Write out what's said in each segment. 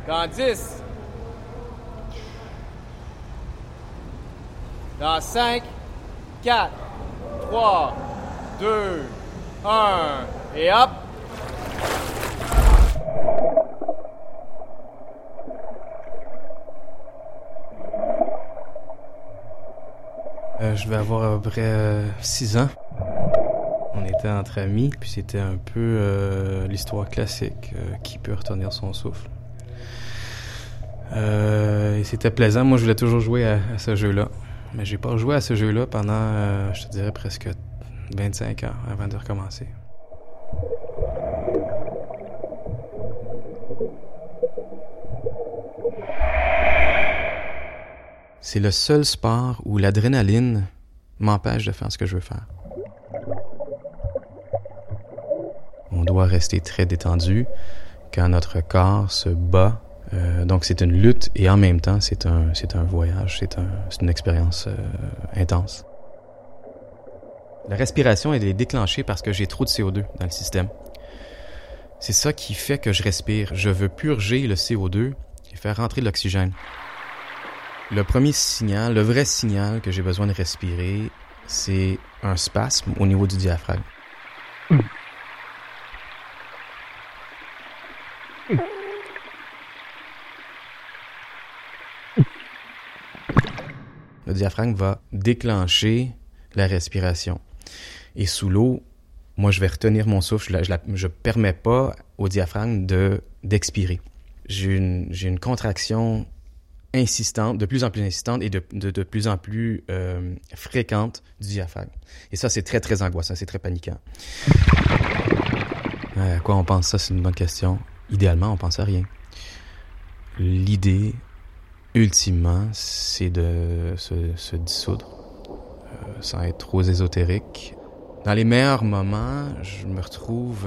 Dans 10. Dans 5, 4, 3, 2, 1, et hop! Je vais avoir à peu près 6 ans. On était entre amis, puis c'était un peu l'histoire classique, qui peut retenir son souffle. Et c'était plaisant. Moi, je voulais toujours jouer à ce jeu-là. Mais j'ai pas joué à ce jeu-là pendant, je te dirais, presque 25 ans avant de recommencer. C'est le seul sport où l'adrénaline m'empêche de faire ce que je veux faire. On doit rester très détendu quand notre corps se bat. Donc c'est une lutte et en même temps c'est un voyage, c'est une expérience intense. La respiration, elle est déclenchée parce que j'ai trop de CO2 dans le système. C'est ça qui fait que je respire. Je veux purger le CO2 et faire rentrer de l'oxygène. Le premier signal, le vrai signal que j'ai besoin de respirer, c'est un spasme au niveau du diaphragme. Le diaphragme va déclencher la respiration. Et sous l'eau, moi, je vais retenir mon souffle. Je permets pas au diaphragme d'expirer. J'ai une contraction insistante, de plus en plus insistante et de plus en plus fréquente du diaphragme. Et ça, c'est très, très angoissant, c'est très paniquant. À quoi on pense ça? C'est une bonne question. Idéalement, on pense à rien. L'idée, ultimement, c'est de se dissoudre, sans être trop ésotérique. Dans les meilleurs moments, je me retrouve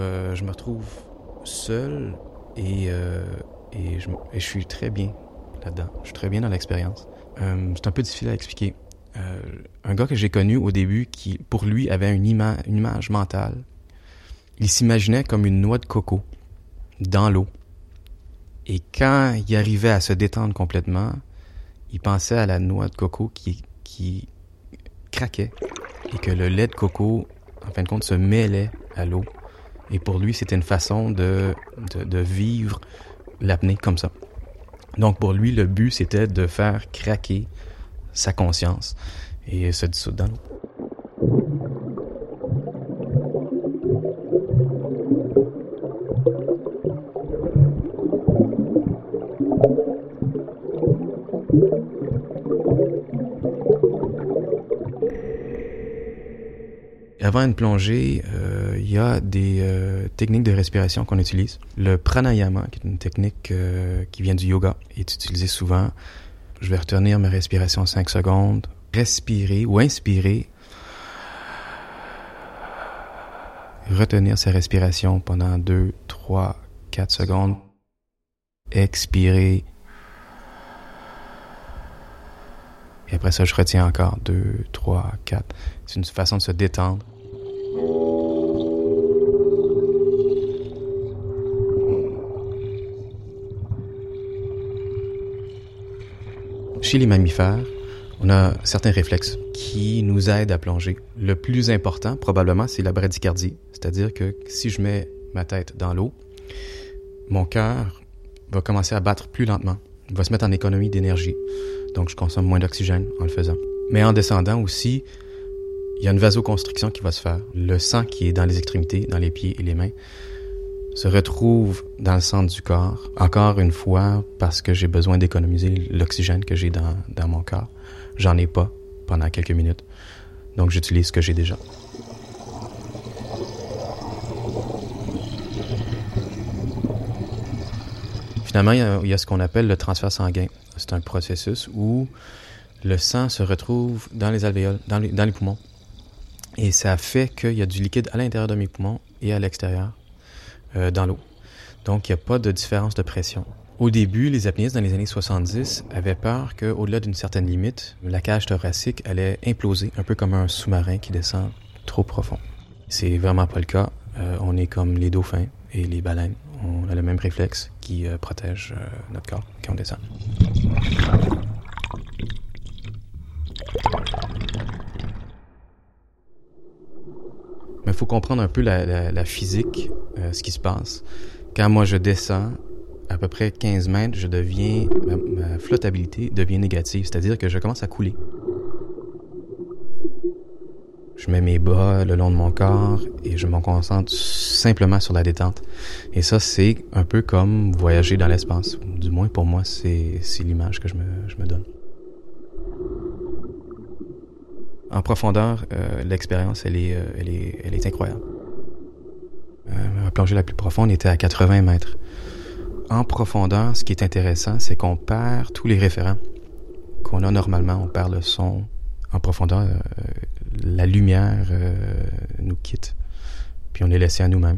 seul et je suis très bien là-dedans. Je suis très bien dans l'expérience. C'est un peu difficile à expliquer. Un gars que j'ai connu au début qui, pour lui, avait une image mentale. Il s'imaginait comme une noix de coco dans l'eau. Et quand il arrivait à se détendre complètement, il pensait à la noix de coco qui craquait et que le lait de coco, en fin de compte, se mêlait à l'eau. Et pour lui, c'était une façon de vivre l'apnée comme ça. Donc pour lui, le but, c'était de faire craquer sa conscience et se dissoudre dans l'eau. Avant une plongée, il y a des techniques de respiration qu'on utilise. Le pranayama, qui est une technique qui vient du yoga, est utilisée souvent. Je vais retenir ma respiration en 5 secondes. Respirer ou inspirer. Retenir sa respiration pendant 2, 3, 4 secondes. Expirer. Et après ça, je retiens encore 2, 3, 4. C'est une façon de se détendre. Chez les mammifères, on a certains réflexes qui nous aident à plonger. Le plus important, probablement, c'est la bradycardie. C'est-à-dire que si je mets ma tête dans l'eau, mon cœur va commencer à battre plus lentement. Il va se mettre en économie d'énergie. Donc, je consomme moins d'oxygène en le faisant. Mais en descendant aussi, il y a une vasoconstriction qui va se faire. Le sang qui est dans les extrémités, dans les pieds et les mains, se retrouve dans le centre du corps, encore une fois, parce que j'ai besoin d'économiser l'oxygène que j'ai dans mon corps. J'en ai pas pendant quelques minutes. Donc, j'utilise ce que j'ai déjà. Finalement, il y a ce qu'on appelle le transfert sanguin. C'est un processus où le sang se retrouve dans les alvéoles, dans les poumons. Et ça fait qu'il y a du liquide à l'intérieur de mes poumons et à l'extérieur, dans l'eau. Donc, il n'y a pas de différence de pression. Au début, les apnéistes dans les années 70 avaient peur qu'au-delà d'une certaine limite, la cage thoracique allait imploser, un peu comme un sous-marin qui descend trop profond. C'est vraiment pas le cas. On est comme les dauphins et les baleines. On a le même réflexe qui protège notre corps quand on descend. Mais il faut comprendre un peu la physique, ce qui se passe. Quand moi je descends, à peu près 15 mètres, ma flottabilité devient négative, c'est-à-dire que je commence à couler. Je mets mes bras le long de mon corps et je me concentre simplement sur la détente. Et ça, c'est un peu comme voyager dans l'espace. Du moins, pour moi, c'est l'image que je me donne. En profondeur, l'expérience, elle est incroyable. Ma plongée la plus profonde était à 80 mètres. En profondeur, ce qui est intéressant, c'est qu'on perd tous les référents qu'on a normalement. On perd le son. En profondeur, la lumière nous quitte. Puis on est laissé à nous-mêmes.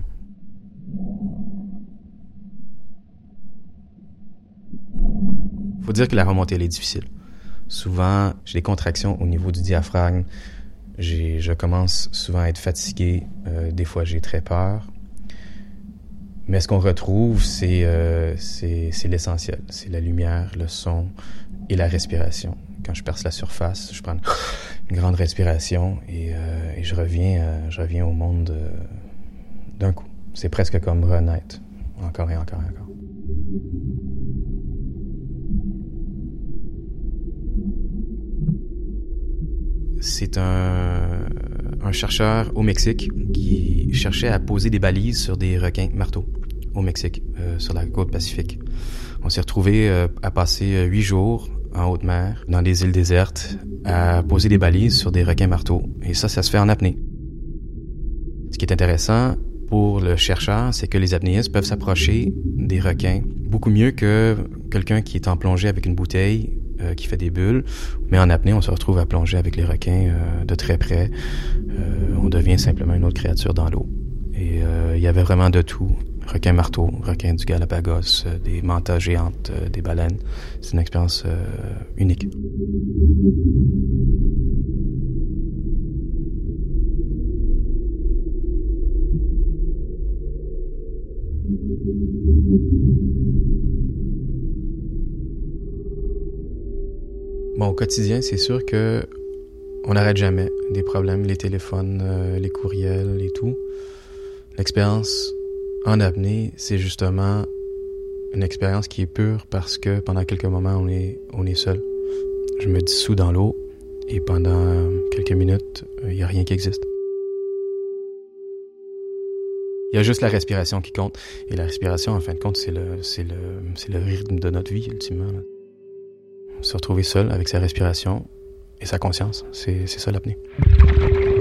Faut dire que la remontée, elle est difficile. Souvent, j'ai des contractions au niveau du diaphragme. Je commence souvent à être fatigué. Des fois, j'ai très peur. Mais ce qu'on retrouve, c'est l'essentiel. C'est la lumière, le son et la respiration. Quand je perce la surface, je prends une grande respiration et je reviens au monde d'un coup. C'est presque comme renaître. Encore et encore et encore. C'est un chercheur au Mexique qui cherchait à poser des balises sur des requins marteaux au Mexique, sur la côte Pacifique. On s'est retrouvés à passer 8 jours en haute mer, dans des îles désertes, à poser des balises sur des requins marteaux. Et ça se fait en apnée. Ce qui est intéressant pour le chercheur, c'est que les apnéistes peuvent s'approcher des requins beaucoup mieux que quelqu'un qui est en plongée avec une bouteille qui fait des bulles. Mais en apnée, on se retrouve à plonger avec les requins de très près. On devient simplement une autre créature dans l'eau. Et il y avait vraiment de tout. Requins marteaux, requins du Galapagos, des mantas géantes, des baleines. C'est une expérience unique. Bon, au quotidien, c'est sûr que on n'arrête jamais des problèmes, les téléphones, les courriels et tout. L'expérience en apnée, c'est justement une expérience qui est pure parce que pendant quelques moments, on est seul. Je me dissous dans l'eau et pendant quelques minutes, il n'y a rien qui existe. Il y a juste la respiration qui compte. Et la respiration, en fin de compte, c'est le rythme de notre vie, ultimement. Là. Se retrouver seul avec sa respiration et sa conscience, c'est ça l'apnée.